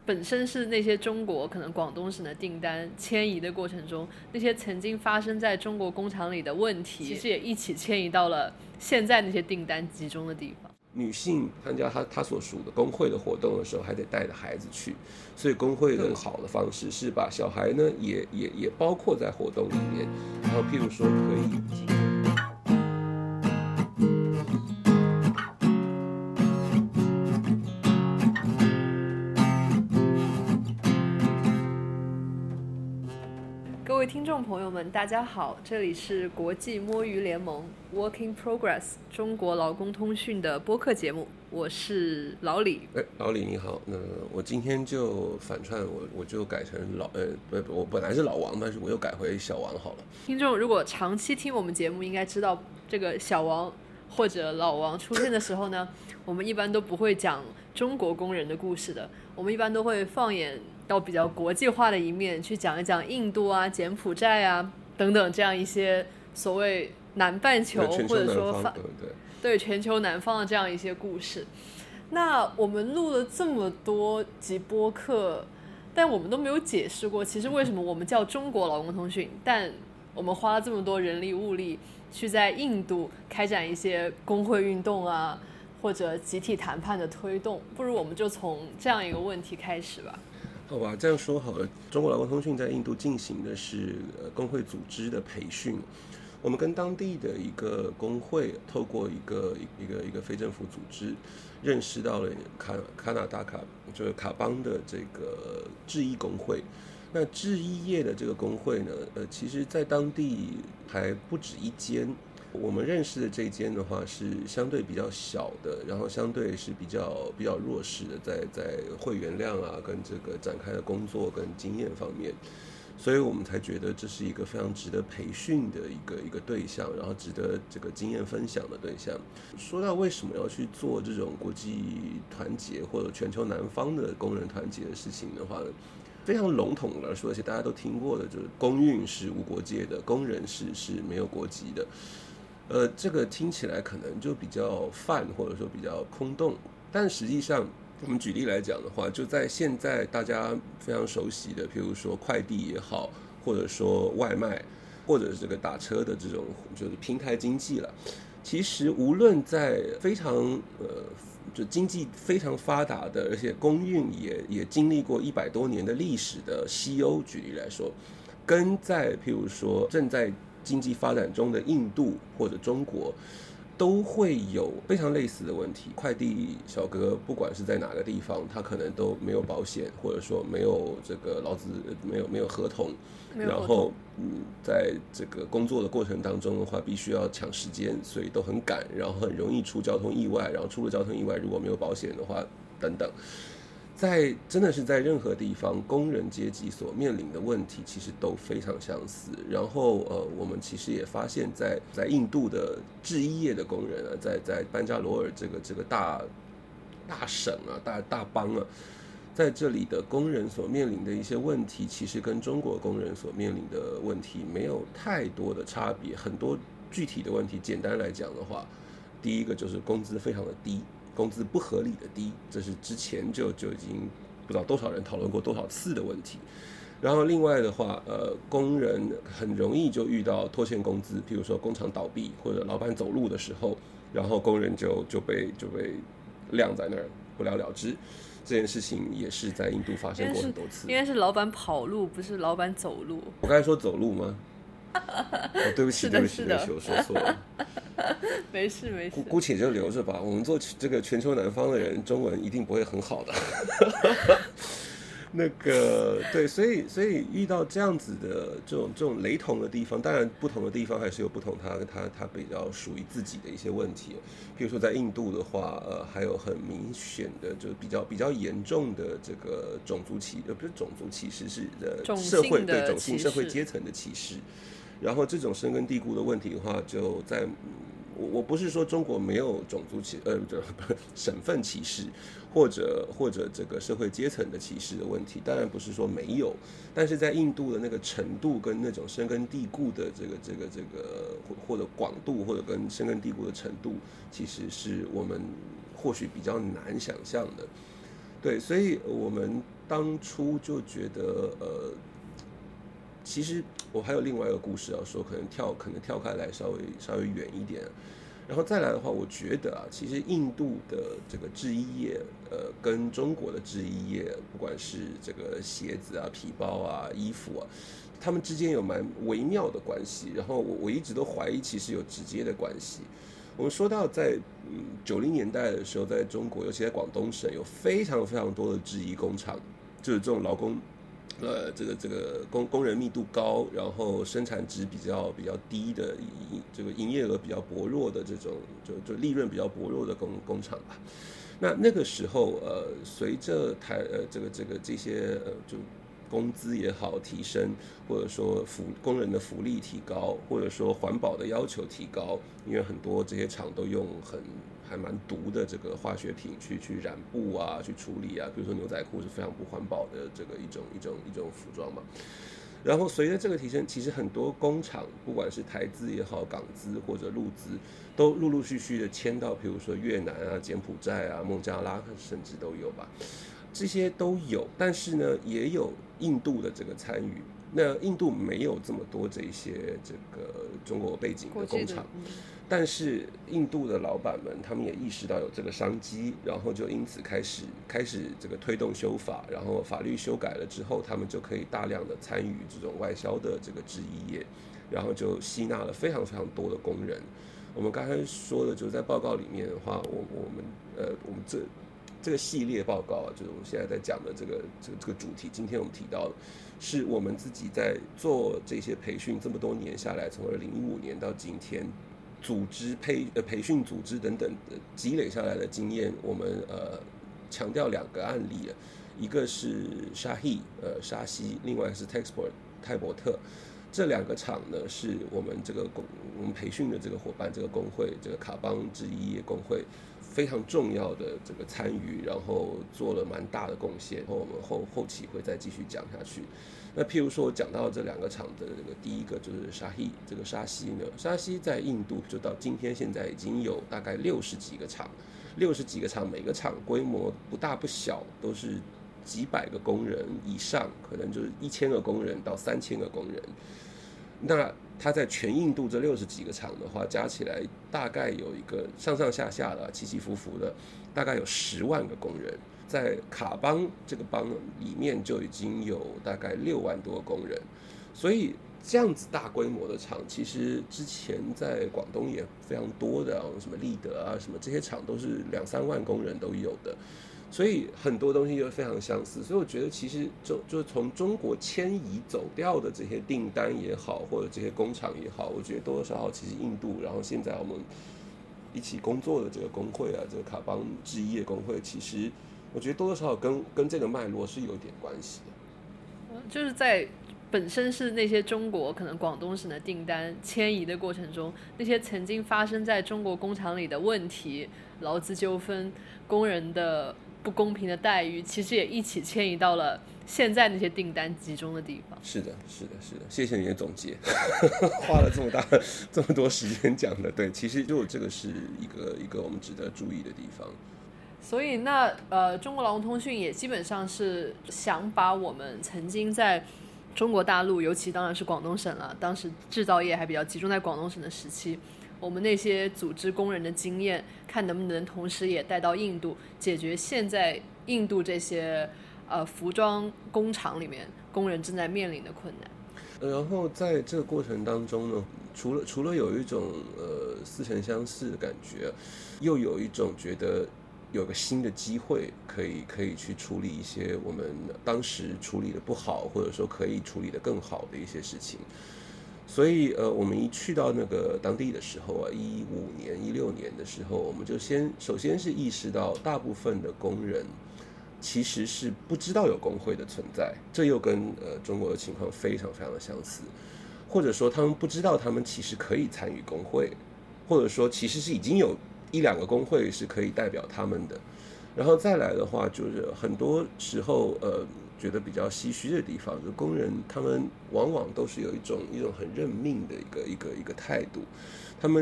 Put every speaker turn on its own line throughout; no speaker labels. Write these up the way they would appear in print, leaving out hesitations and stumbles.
本身是那些中国可能广东省的订单迁移的过程中，那些曾经发生在中国工厂里的问题，其实也一起迁移到了现在那些订单集中的地方。
女性参加她所属的工会的活动的时候，还得带着孩子去，所以工会更好的方式是把小孩呢也包括在活动里面，然后譬如说可以
各位听众朋友们大家好，这里是国际摸鱼联盟 Working Progress 中国劳工通讯的播客节目，我是老李。
老李你好，那我今天就反串，我就改成我本来是老王，但是我又改回小王好了。
听众如果长期听我们节目，应该知道这个小王或者老王出现的时候呢，我们一般都不会讲中国工人的故事的，我们一般都会放眼到比较国际化的一面，去讲一讲印度啊、柬埔寨啊等等这样一些所谓南半球或者说对全球南方的这样一些故事。那我们录了这么多集播客，但我们都没有解释过其实为什么我们叫中国劳工通讯，但我们花了这么多人力物力去在印度开展一些工会运动啊，或者集体谈判的推动，不如我们就从这样一个问题开始吧。
好吧，这样说好了，中国劳工通讯在印度进行的是工会组织的培训。我们跟当地的一个工会，透过一个非政府组织，认识到了卡纳达卡，就是卡邦的这个制衣工会。那制衣业的这个工会呢，其实在当地还不止一间。我们认识的这间的话是相对比较小的，然后相对是比较弱势的，在会员量啊跟这个展开的工作跟经验方面，所以我们才觉得这是一个非常值得培训的一个对象，然后值得这个经验分享的对象。说到为什么要去做这种国际团结或者全球南方的工人团结的事情的话，非常笼统的说，而且大家都听过的，就是工运是无国界的，工人是没有国籍的。这个听起来可能就比较泛，或者说比较空洞，但实际上我们举例来讲的话，就在现在大家非常熟悉的，譬如说快递也好，或者说外卖，或者是这个打车的这种就是平台经济了。其实无论在非常就经济非常发达的，而且工运也经历过100多年的历史的西欧，举例来说，跟在譬如说正在经济发展中的印度或者中国，都会有非常类似的问题。快递小哥不管是在哪个地方，他可能都没有保险，或者说没有这个劳资没有合同，然后在这个工作的过程当中的话，必须要抢时间，所以都很赶，然后很容易出交通意外，然后出了交通意外如果没有保险的话等等。真的是在任何地方，工人阶级所面临的问题其实都非常相似。然后我们其实也发现在印度的制衣业的工人啊，在班加罗尔这个大省啊、大邦啊，在这里的工人所面临的一些问题，其实跟中国工人所面临的问题没有太多的差别。很多具体的问题，简单来讲的话，第一个就是工资非常的低。工资不合理的低，这是之前就已经不知道多少人讨论过多少次的问题。然后另外的话，工人很容易就遇到拖欠工资，譬如说工厂倒闭或者老板走路的时候，然后工人就被晾在那儿不了了之。这件事情也是在印度发生过很多次。
应该是老板跑路，不是老板走路。
我刚才说走路吗？对不起，我说错了。
没事，
姑且就留着吧。我们做这个全球南方的人，中文一定不会很好的。那个对，所以遇到这样子的这种雷同的地方，当然不同的地方还是有不同它比较属于自己的一些问题。比如说在印度的话，还有很明显的就比较严重的这个种族歧不是种族歧视，是社会对种姓社会阶层的歧视。然后这种深根蒂固的问题的话，就在我不是说中国没有种族省份歧视，或者这个社会阶层的歧视的问题，当然不是说没有，但是在印度的那个程度跟那种深根蒂固的这个或者广度或者跟深根蒂固的程度，其实是我们或许比较难想象的。 对，所以我们当初就觉得，其实我还有另外一个故事要说，可能跳开来稍微远一点。然后再来的话，我觉得啊，其实印度的这个制衣业，跟中国的制衣业，不管是这个鞋子啊、皮包啊、衣服啊，他们之间有蛮微妙的关系。然后我一直都怀疑，其实有直接的关系。我们说到在90年代的时候，在中国，尤其在广东省，有非常非常多的制衣工厂，就是这种劳工。这个工人密度高，然后生产值比较低的，这个营业额比较薄弱的这种，就利润比较薄弱的工厂吧。那个时候，随着这些就工资也好提升，或者说工人的福利提高，或者说环保的要求提高，因为很多这些厂都用还蛮毒的这个化学品去染布啊，去处理啊，比如说牛仔裤是非常不环保的这个一种服装嘛。然后随着这个提升，其实很多工厂，不管是台资也好，港资或者陆资，都陆陆续续的迁到，比如说越南啊、柬埔寨啊、孟加拉，甚至都有吧。这些都有，但是呢，也有印度的这个参与。那印度没有这么多这些这个中国背景的工厂，但是印度的老板们他们也意识到有这个商机，然后就因此开始这个推动修法，然后法律修改了之后，他们就可以大量的参与这种外销的这个制衣业，然后就吸纳了非常非常多的工人。我们刚才说的就是在报告里面的话，我们这个系列报告啊，就是我们现在在讲的这个主题。今天我们提到的是我们自己在做这些培训这么多年下来，从2015年到今天，组织培训组织等等积累下来的经验。我们强调2个案例，一个是沙西，另外是 Texport 泰伯特。这2个厂呢，是我们培训的这个伙伴，这个工会，这个卡邦制衣业工会非常重要的这个参与，然后做了蛮大的贡献。然后我们后期会再继续讲下去。那譬如说我讲到这2个厂的这个第一个就是沙西呢，沙西在印度就到今天现在已经有大概60几个厂，每个厂规模不大不小，都是几百个工人以上，可能就是1000个工人到3000个工人。那它在全印度这60几个厂的话，加起来大概有一个上上下下的起起伏伏的，大概有10万个工人。在卡邦这个邦里面就已经有大概6万多个工人，所以这样子大规模的厂，其实之前在广东也非常多的，什么立德啊，什么这些厂都是2-3万工人都有的。所以很多东西就非常相似，所以我觉得其实就从中国迁移走掉的这些订单也好，或者这些工厂也好，我觉得多多少少其实印度，然后现在我们一起工作的这个工会啊，这个卡邦制衣业工会，其实我觉得多多少少跟这个脉络是有点关系的。
就是在本身是那些中国可能广东省的订单迁移的过程中，那些曾经发生在中国工厂里的问题、劳资纠纷、工人的不公平的待遇，其实也一起迁移到了现在那些订单集中的地方。
是的，谢谢你的总结，花了这么多时间讲的。对，其实就这个是一个我们值得注意的地方。
所以中国劳工通讯也基本上是想把我们曾经在中国大陆，尤其当然是广东省了，当时制造业还比较集中在广东省的时期，我们那些组织工人的经验，看能不能同时也带到印度，解决现在印度这些服装工厂里面工人正在面临的困难。
然后在这个过程当中呢，除了有一种似曾相识的感觉，又有一种觉得有个新的机会可以去处理一些我们当时处理的不好，或者说可以处理的更好的一些事情。所以我们一去到那个当地的时候啊，15年、16年的时候，我们就首先是意识到大部分的工人其实是不知道有工会的存在，这又跟中国的情况非常非常的相似，或者说他们不知道他们其实可以参与工会，或者说其实是已经有1-2个工会是可以代表他们的。然后再来的话，就是很多时候觉得比较唏嘘的地方，就工人他们往往都是有一种很认命的一个态度，他们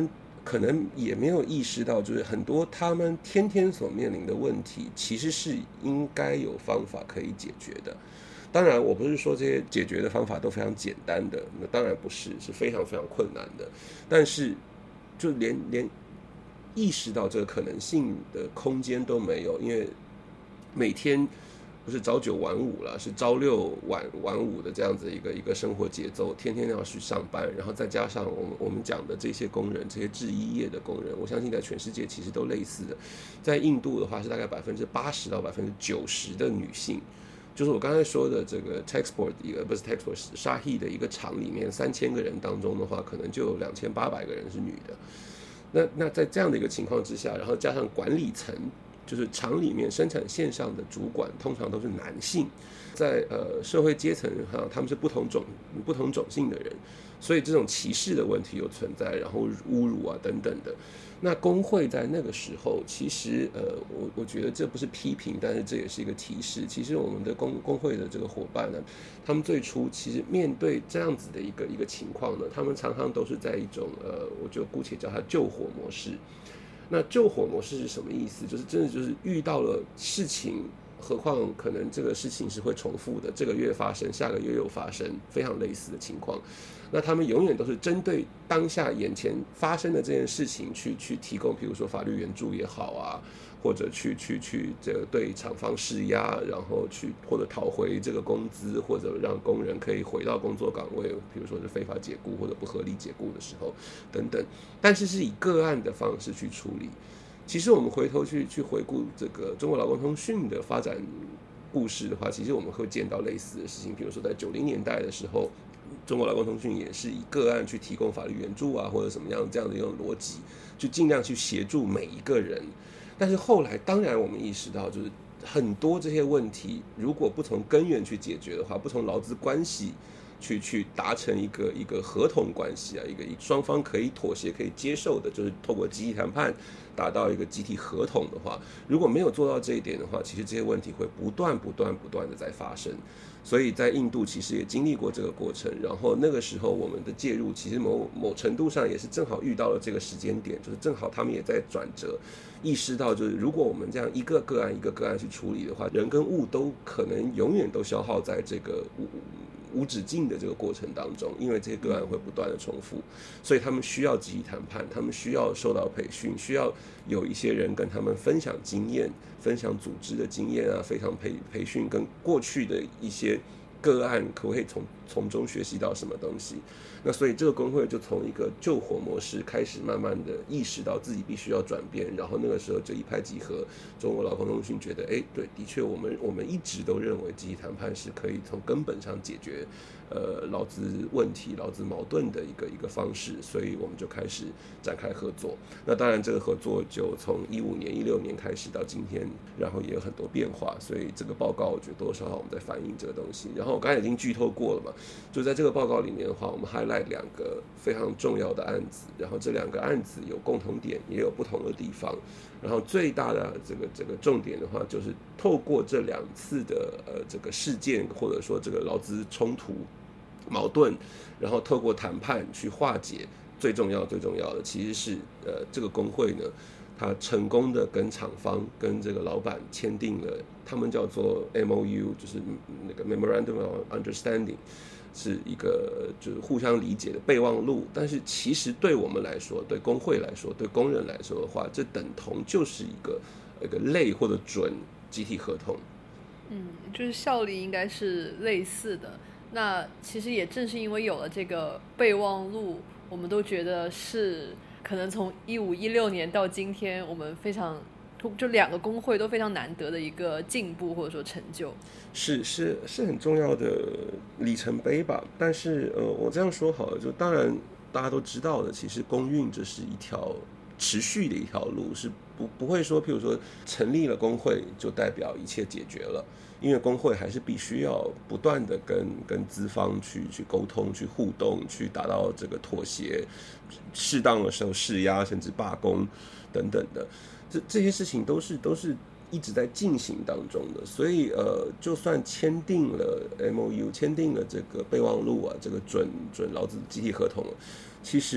可能也没有意识到，就是很多他们天天所面临的问题，其实是应该有方法可以解决的。当然，我不是说这些解决的方法都非常简单的，那当然不是，是非常非常困难的。但是，就连意识到这个可能性的空间都没有，因为每天不是朝9晚5了，是朝6晚5的这样子一个生活节奏，天天要去上班，然后再加上我们讲的这些工人，这些制衣业的工人，我相信在全世界其实都类似的。在印度的话是大概80%到90%的女性，就是我刚才说的这个 Texport 不是 Texport 沙希的一个厂里面3000个人当中的话，可能就有2800个人是女的。那在这样的一个情况之下，然后加上管理层，就是厂里面生产线上的主管通常都是男性，在社会阶层上他们是不同种姓的人，所以这种歧视的问题有存在，然后侮辱啊等等的。那工会在那个时候，其实我觉得这不是批评，但是这也是一个提示。其实我们的工会的这个伙伴呢，他们最初其实面对这样子的一个情况呢，他们常常都是在一种我就姑且叫它救火模式。那救火模式是什么意思？就是真的就是遇到了事情，何况可能这个事情是会重复的，这个月发生，下个月又发生，非常类似的情况。那他们永远都是针对当下眼前发生的这件事情去提供，比如说法律援助也好啊，或者去这个对厂方施压，然后或者讨回这个工资，或者让工人可以回到工作岗位，比如说是非法解雇或者不合理解雇的时候等等。但是是以个案的方式去处理。其实我们回头去回顾这个中国劳工通讯的发展故事的话，其实我们会见到类似的事情。比如说在90年代的时候，中国劳工通讯也是以个案去提供法律援助啊，或者什么样这样的一种逻辑，去尽量去协助每一个人。但是后来，当然我们意识到，就是很多这些问题，如果不从根源去解决的话，不从劳资关系去达成一个合同关系啊，一个双方可以妥协、可以接受的，就是透过集体谈判达到一个集体合同的话，如果没有做到这一点的话，其实这些问题会不断的在发生。所以在印度其实也经历过这个过程，然后那个时候我们的介入，其实某程度上也是正好遇到了这个时间点，就是正好他们也在转折，意识到就是如果我们这样一个个案去处理的话，人跟物都可能永远都消耗在这个无止境的这个过程当中，因为这些个案会不断的重复，所以他们需要集体谈判，他们需要受到培训，需要有一些人跟他们分享经验，分享组织的经验啊，非常培训跟过去的一些个案可不可以从中学习到什么东西。那所以这个工会就从一个救火模式开始，慢慢的意识到自己必须要转变，然后那个时候就一拍即合。中国劳工通讯觉得，对，的确我们一直都认为集体谈判是可以从根本上解决劳资问题、劳资矛盾的一个方式，所以我们就开始展开合作。那当然这个合作就从15年、16年开始到今天，然后也有很多变化，所以这个报告我觉得多多少少我们在反映这个东西。然后我刚才已经剧透过了嘛，就在这个报告里面的话，我们highlight 2个非常重要的案子，然后这2个案子有共同点，也有不同的地方。然后最大的这个重点的话，就是透过这2次的这个事件，或者说这个劳资冲突矛盾，然后透过谈判去化解。最重要的其实是这个工会呢，他成功的跟厂方跟这个老板签订了他们叫做 MOU， 就是那个 Memorandum of Understanding， 是一个就是互相理解的备忘录。但是其实对我们来说，对工会来说，对工人来说的话，这等同就是一个类或者准集体合同。
就是效力应该是类似的。那其实也正是因为有了这个备忘录，我们都觉得是可能从15、16年到今天，我们非常就2个工会都非常难得的一个进步或者说成就。是
很重要的里程碑吧。但是我这样说好了，就当然大家都知道的，其实工运这是一条持续的一条路，是不会说譬如说成立了工会就代表一切解决了，因为工会还是必须要不断的跟资方去沟通，去互动，去达到这个妥协，适当的时候施压，甚至罢工等等的，这些事情都是一直在进行当中的。所以就算签订了 MOU， 签订了这个备忘录啊，这个准劳资集体合同，其实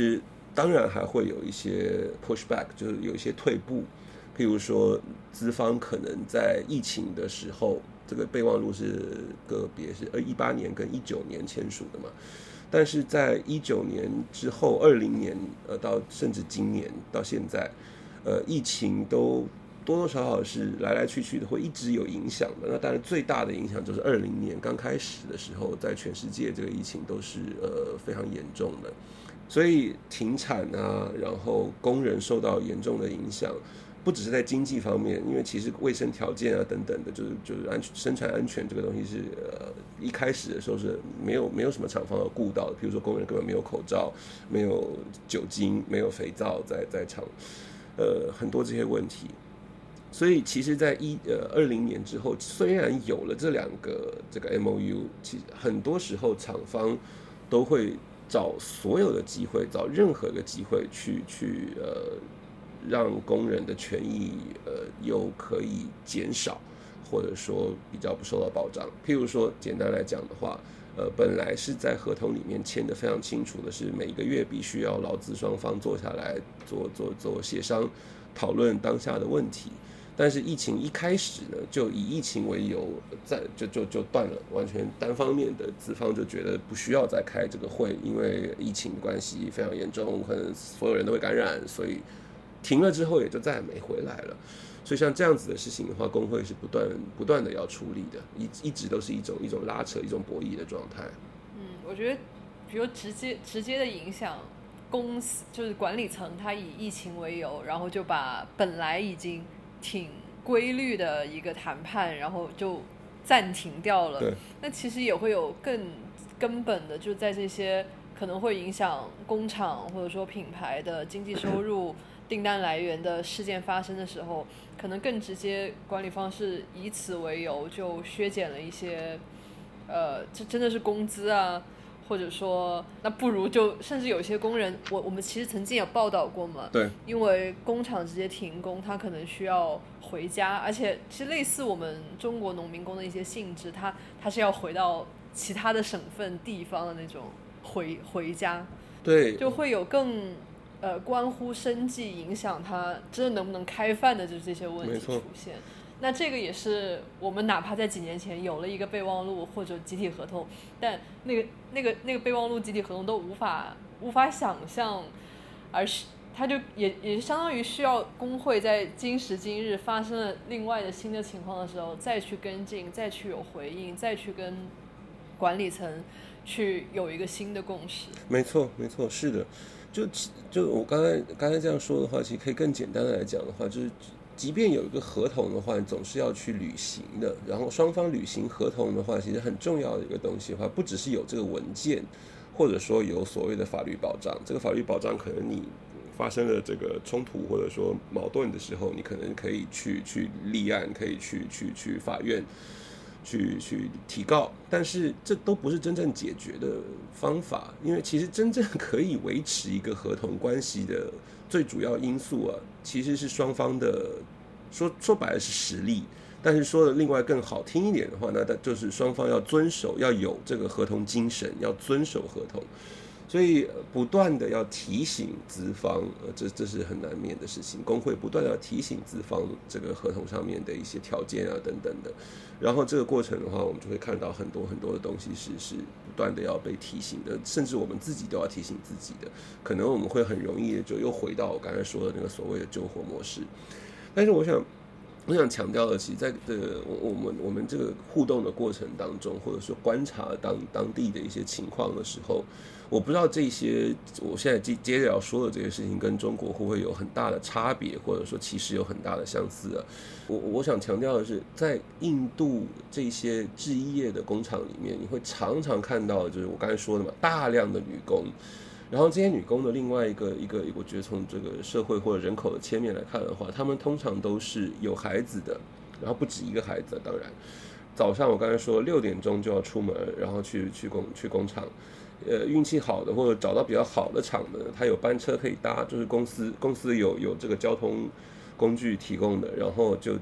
当然还会有一些 pushback， 就是有一些退步。譬如说资方可能在疫情的时候，这个备忘录是个别是2018年跟19年签署的嘛，但是在19年之后20年到甚至今年到现在，疫情都多多少少是来来去去的，会一直有影响的。那当然最大的影响就是20年刚开始的时候，在全世界这个疫情都是非常严重的，所以停产啊，然后工人受到严重的影响。不只是在经济方面，因为其实卫生条件啊等等的，就是生产安全这个东西是一开始的时候是没有什么厂方有顾到的，比如说工人根本没有口罩，没有酒精，没有肥皂在厂，很多这些问题。所以其实在20年之后，虽然有了这2个这个 MOU， 其实很多时候厂方都会找所有的机会，找任何的机会去让工人的权益又可以减少，或者说比较不受到保障。譬如说简单来讲的话，本来是在合同里面签得非常清楚的是，每个月必须要劳资双方坐下来做协商，讨论当下的问题。但是疫情一开始呢，就以疫情为由，就断了，完全单方面的资方就觉得不需要再开这个会，因为疫情的关系非常严重，可能所有人都会感染，所以停了之后也就再也没回来了。所以像这样子的事情的话，工会是不断的要处理的，一直都是一种拉扯、一种博弈的状态。
我觉得比如直接的影响公司，就是管理层他以疫情为由，然后就把本来已经挺规律的一个谈判，然后就暂停掉了。那其实也会有更根本的，就在这些可能会影响工厂或者说品牌的经济收入订单来源的事件发生的时候，可能更直接管理方是以此为由就削减了一些这真的是工资啊，或者说那不如就甚至有些工人，我们其实曾经有报道过嘛，
对，
因为工厂直接停工，他可能需要回家，而且其实类似我们中国农民工的一些性质，他是要回到其他的省份地方的那种回家，
对，
就会有更关乎生计，影响他真的能不能开饭的就是这些问题出现。那这个也是我们哪怕在几年前有了一个备忘录或者集体合同，但那个备忘录集体合同都无法想象，而是它就也相当于需要工会在今时今日发生了另外的新的情况的时候再去跟进，再去有回应，再去跟管理层去有一个新的共识。没错，
是的。就我刚才这样说的话，其实可以更简单的来讲的话，就是即便有一个合同的话，你总是要去履行的。然后双方履行合同的话，其实很重要的一个东西的话，不只是有这个文件，或者说有所谓的法律保障。这个法律保障可能你发生了这个冲突或者说矛盾的时候，你可能可以去立案，可以去法院去提告，但是这都不是真正解决的方法，因为其实真正可以维持一个合同关系的最主要因素啊，其实是双方的说白了是实力，但是说的另外更好听一点的话，那就是双方要遵守，要有这个合同精神，要遵守合同。所以不断的要提醒资方，这是很难免的事情。工会不断的要提醒资方这个合同上面的一些条件啊等等的，然后这个过程的话，我们就会看到很多的东西是不断的要被提醒的，甚至我们自己都要提醒自己的。可能我们会很容易的就又回到我刚才说的那个所谓的救火模式。但是我想强调的，其实在我们这个互动的过程当中，或者说观察当地的一些情况的时候，我不知道这些我现在接着要说的这些事情跟中国会不会有很大的差别，或者说其实有很大的相似啊。我想强调的是，在印度这些制衣业的工厂里面，你会常常看到就是我刚才说的嘛，大量的女工。然后这些女工的另外一个，我觉得从这个社会或者人口的切面来看的话，她们通常都是有孩子的，然后不止一个孩子。当然，早上我刚才说6点钟就要出门，然后去工厂。运气好的或者找到比较好的厂的，它有班车可以搭，就是公司有这个交通工具提供的，然后就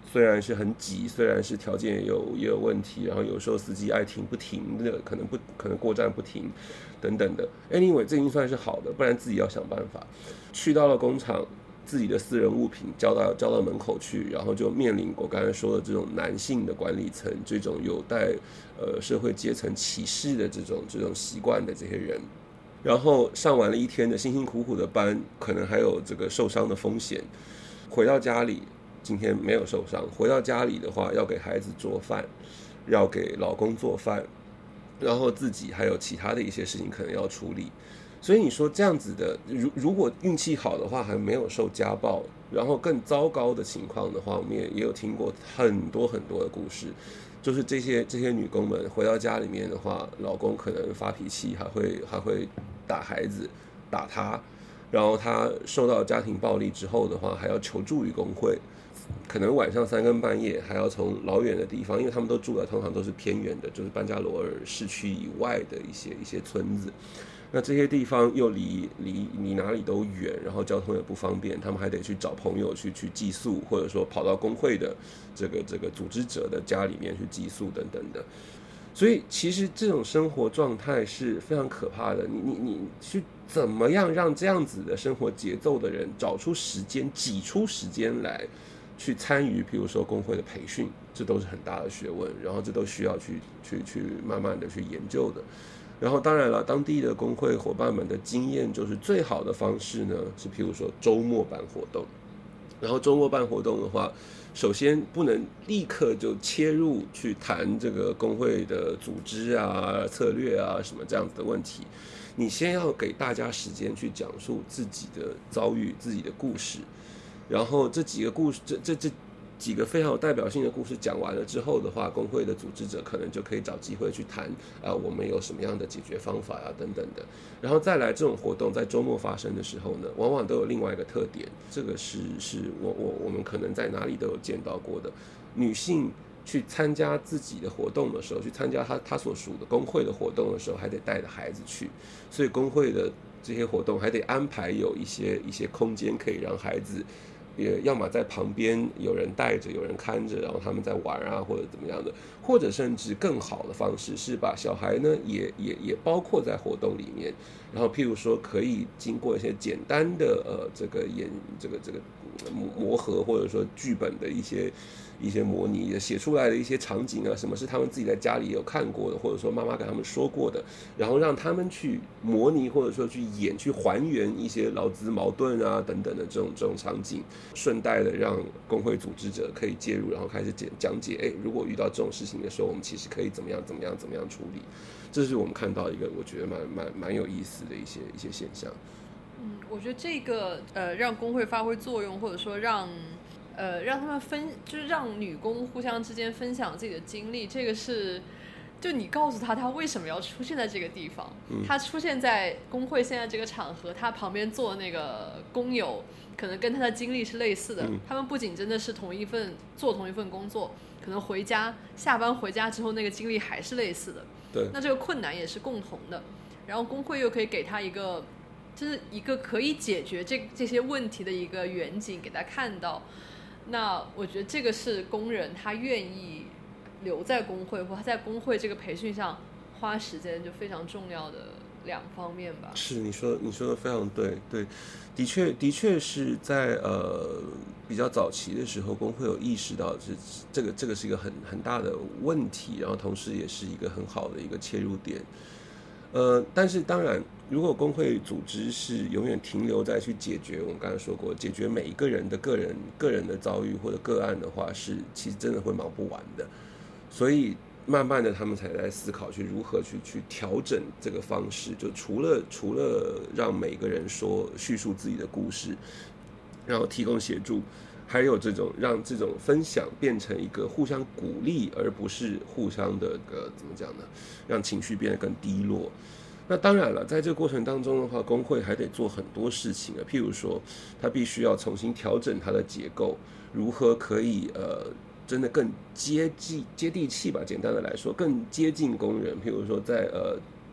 虽然是很挤，虽然是条件也有问题，然后有时候司机爱停不停的，可能过站不停等等的。Anyway， 这已经算是好的，不然自己要想办法。去到了工厂，自己的私人物品交到门口去，然后就面临我刚才说的这种男性的管理层，这种有待社会阶层歧视的这种习惯的这些人。然后上完了一天的辛辛苦苦的班，可能还有这个受伤的风险。回到家里，今天没有受伤，回到家里的话，要给孩子做饭，要给老公做饭，然后自己还有其他的一些事情可能要处理。所以你说这样子的，如果运气好的话，还没有受家暴，然后更糟糕的情况的话，我们也有听过很多很多的故事，就是这些女工们回到家里面的话，老公可能发脾气，还会打孩子，打她，然后她受到家庭暴力之后的话，还要求助于工会，可能晚上3更半夜还要从老远的地方，因为他们都住的通常都是偏远的，就是班加罗尔市区以外的一些村子。那这些地方又离哪里都远，然后交通也不方便，他们还得去找朋友去寄宿，或者说跑到工会的这个组织者的家里面去寄宿等等的。所以其实这种生活状态是非常可怕的。你去怎么样让这样子的生活节奏的人找出时间，挤出时间来去参与，比如说工会的培训，这都是很大的学问，然后这都需要去慢慢的去研究的。然后当然了，当地的工会伙伴们的经验就是最好的方式呢，是譬如说周末办活动。然后周末办活动的话，首先不能立刻就切入去谈这个工会的组织啊、策略啊什么这样子的问题，你先要给大家时间去讲述自己的遭遇、自己的故事。然后这几个故事，这几个非常有代表性的故事讲完了之后的话，工会的组织者可能就可以找机会去谈我们有什么样的解决方法等等的。然后再来这种活动在周末发生的时候呢，往往都有另外一个特点，这个是我们可能在哪里都有见到过的。女性去参加自己的活动的时候，去参加她所属的工会的活动的时候，还得带着孩子去，所以工会的这些活动还得安排有一些空间可以让孩子也要么在旁边有人带着有人看着，然后他们在玩啊或者怎么样的，或者甚至更好的方式是把小孩呢也包括在活动里面，然后譬如说可以经过一些简单的这个磨合，或者说剧本的一些模拟写出来的一些场景啊，什么是他们自己在家里有看过的，或者说妈妈跟他们说过的，然后让他们去模拟或者说去演去还原一些劳资矛盾啊等等的这种场景，顺带的让工会组织者可以介入，然后开始讲解，如果遇到这种事情的时候，我们其实可以怎么样处理。这是我们看到一个我觉得蛮有意思的一些现象。
我觉得这个让工会发挥作用，或者说让他们就是让女工互相之间分享自己的经历，这个是就你告诉他为什么要出现在这个地方，他出现在工会现在这个场合，他旁边坐的那个工友可能跟他的经历是类似的，他们不仅真的是做同一份工作，可能下班回家之后那个经历还是类似的，
对，
那这个困难也是共同的，然后工会又可以给他就是一个可以解决这些问题的一个远景给他看到。那我觉得这个是工人他愿意留在工会，或他在工会这个培训上花时间就非常重要的两方面吧。
是你说的非常对，的确是在比较早期的时候，工会有意识到这个是一个很大的问题，然后同时也是一个很好的一个切入点。但是当然，如果工会组织是永远停留在去解决我们刚才说过解决每一个人的个人的遭遇或者个案的话，是其实真的会忙不完的。所以慢慢的他们才在思考去如何去调整这个方式，就除了让每个人叙述自己的故事，然后提供协助，还有让这种分享变成一个互相鼓励，而不是互相的怎么讲呢？让情绪变得更低落。那当然了，在这个过程当中的话，工会还得做很多事情譬如说，他必须要重新调整它的结构，如何可以真的更接地气吧？简单的来说，更接近工人。譬如说，在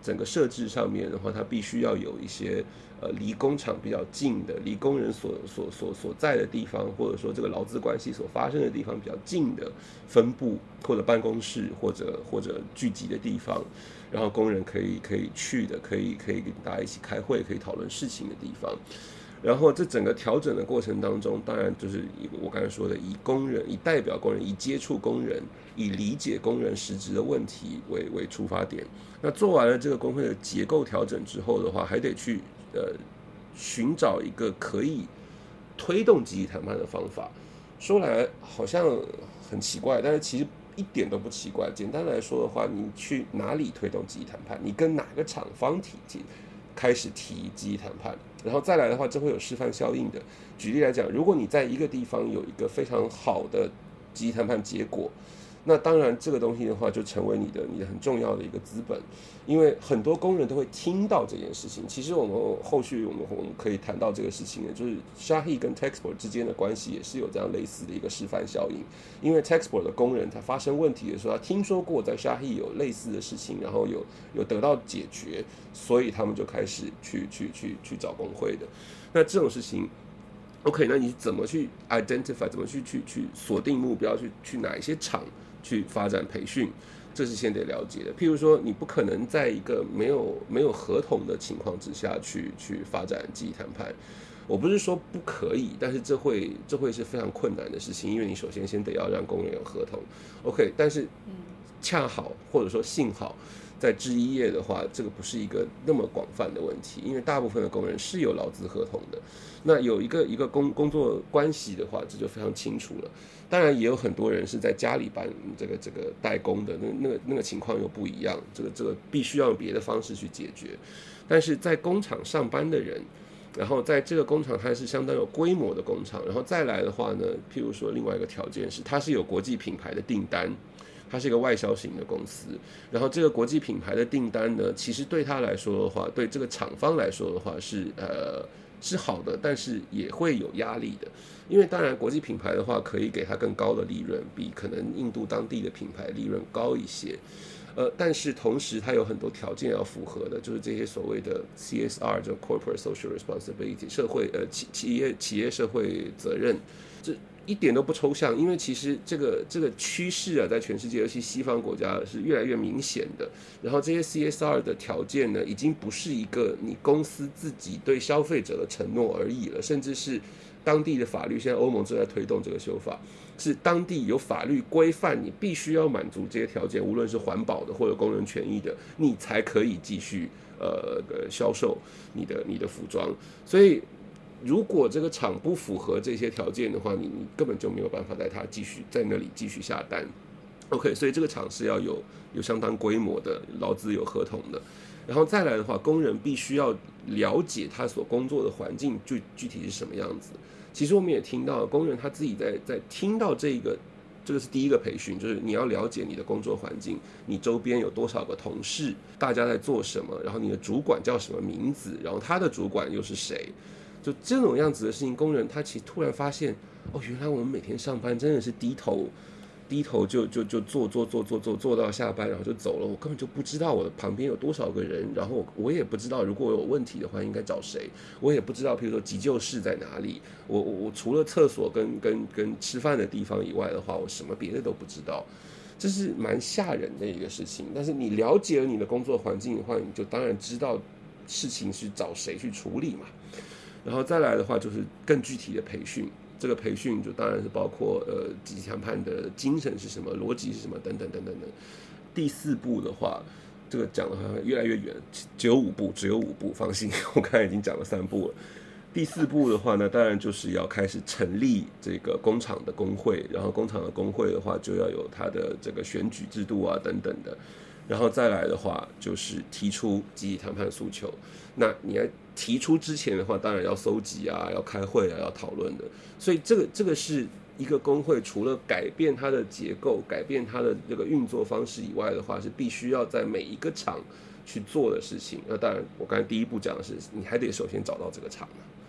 整个设置上面的话，它必须要有一些离工厂比较近的，离工人所在的地方，或者说这个劳资关系所发生的地方比较近的分部或者办公室或者聚集的地方，然后工人可以去的，可以跟大家一起开会，可以讨论事情的地方。然后这整个调整的过程当中，当然就是我刚才说的，以工人、以代表工人、以接触工人、以理解工人实质的问题为出发点。那做完了这个工会的结构调整之后的话，还得去寻找一个可以推动集体谈判的方法。说来好像很奇怪，但是其实一点都不奇怪。简单来说的话，你去哪里推动集体谈判？你跟哪个厂方开始提集体谈判？然后再来的话，这会有示范效应的。举例来讲，如果你在一个地方有一个非常好的集体谈判结果，那当然这个东西的话就成为你的很重要的一个资本，因为很多工人都会听到这件事情。其实我们后续我们可以谈到这个事情的，就是 Shahi 跟 Texport 之间的关系也是有这样类似的一个示范效应。因为 Texport 的工人他发生问题的时候，他听说过在 Shahi 有类似的事情，然后有得到解决，所以他们就开始去找工会的。那这种事情，OK， 那你怎么去 identify， 怎么去锁定目标，去哪一些厂去发展培训，这是先得了解的。譬如说，你不可能在一个没有合同的情况之下去发展集体谈判。我不是说不可以，但是这会是非常困难的事情，因为你首先得要让工人有合同 ，OK， 但是恰好或者说幸好，在制衣业的话，这个不是一个那么广泛的问题，因为大部分的工人是有劳资合同的。那有一个工作关系的话，这就非常清楚了。当然也有很多人是在家里办这个代工的，那个情况又不一样，这个必须要用别的方式去解决。但是在工厂上班的人，然后在这个工厂它是相当有规模的工厂，然后再来的话呢，譬如说另外一个条件是它是有国际品牌的订单，它是一个外销型的公司，然后这个国际品牌的订单呢，其实对他来说的话，对这个厂方来说的话是好的，但是也会有压力的。因为当然国际品牌的话可以给它更高的利润，比可能印度当地的品牌利润高一些，但是同时它有很多条件要符合的，就是这些所谓的 CSR， 就 Corporate Social Responsibility， 企业社会责任，这一点都不抽象。因为其实这个趋势啊，在全世界尤其西方国家是越来越明显的。然后这些 CSR 的条件呢，已经不是一个你公司自己对消费者的承诺而已了，甚至是当地的法律，现在欧盟正在推动这个修法，是当地有法律规范，你必须要满足这些条件，无论是环保的或者工人权益的，你才可以继续销售你的服装。所以如果这个厂不符合这些条件的话，你根本就没有办法在那里继续下单。OK， 所以这个厂是要有相当规模的，劳资有合同的。然后再来的话，工人必须要了解他所工作的环境具体是什么样子。其实我们也听到工人他自己在听到这个是第一个培训，就是你要了解你的工作环境，你周边有多少个同事，大家在做什么，然后你的主管叫什么名字，然后他的主管又是谁，就这种样子的事情，工人他其实突然发现，原来我们每天上班真的是低头就做到下班，然后就走了。我根本就不知道我的旁边有多少个人，然后我也不知道如果我有问题的话应该找谁，我也不知道譬如说急救室在哪里，我除了厕所跟吃饭的地方以外的话，我什么别的都不知道。这是蛮吓人的一个事情。但是你了解了你的工作环境的话，你就当然知道事情是找谁去处理嘛。然后再来的话就是更具体的培训。这个培训就当然是包括集体谈判的精神是什么，逻辑是什么等等等等等。第4步的话，这个讲的话越来越远，只有5步，放心，我刚才已经讲了3步了。第4步的话呢，当然就是要开始成立这个工厂的工会，然后工厂的工会的话就要有它的这个选举制度啊等等的。然后再来的话就是提出集体谈判诉求。那你在提出之前的话，当然要搜集啊，要开会啊，要讨论的。所以这个是一个工会除了改变它的结构，改变它的这个运作方式以外的话，是必须要在每一个厂去做的事情。那当然我刚才第1步讲的是你还得首先找到这个厂。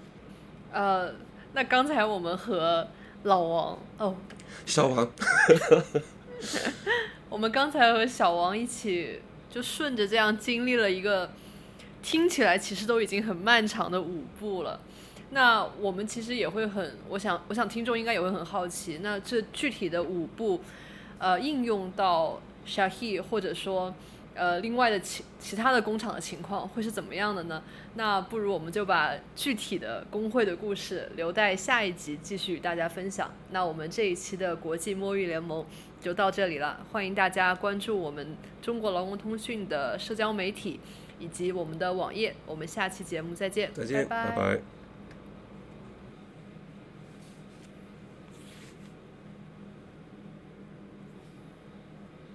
那刚才我们和老王
小王
我们刚才和小王一起就顺着这样经历了一个听起来其实都已经很漫长的5步了。那我们其实也会我想听众应该也会很好奇，那这具体的5步应用到 Shaheen 或者说另外的其他的工厂的情况会是怎么样的呢？那不如我们就把具体的工会的故事留待下一集继续与大家分享。那我们这一期的国际摸鱼联盟就到这里了，欢迎大家关注我们中国劳工通讯的社交媒体以及我们的网页。我们下期节目再见，
再见，
拜拜。
拜拜。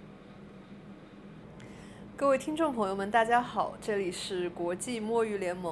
各位听众朋友们，大家好，这里是国际摸鱼联盟。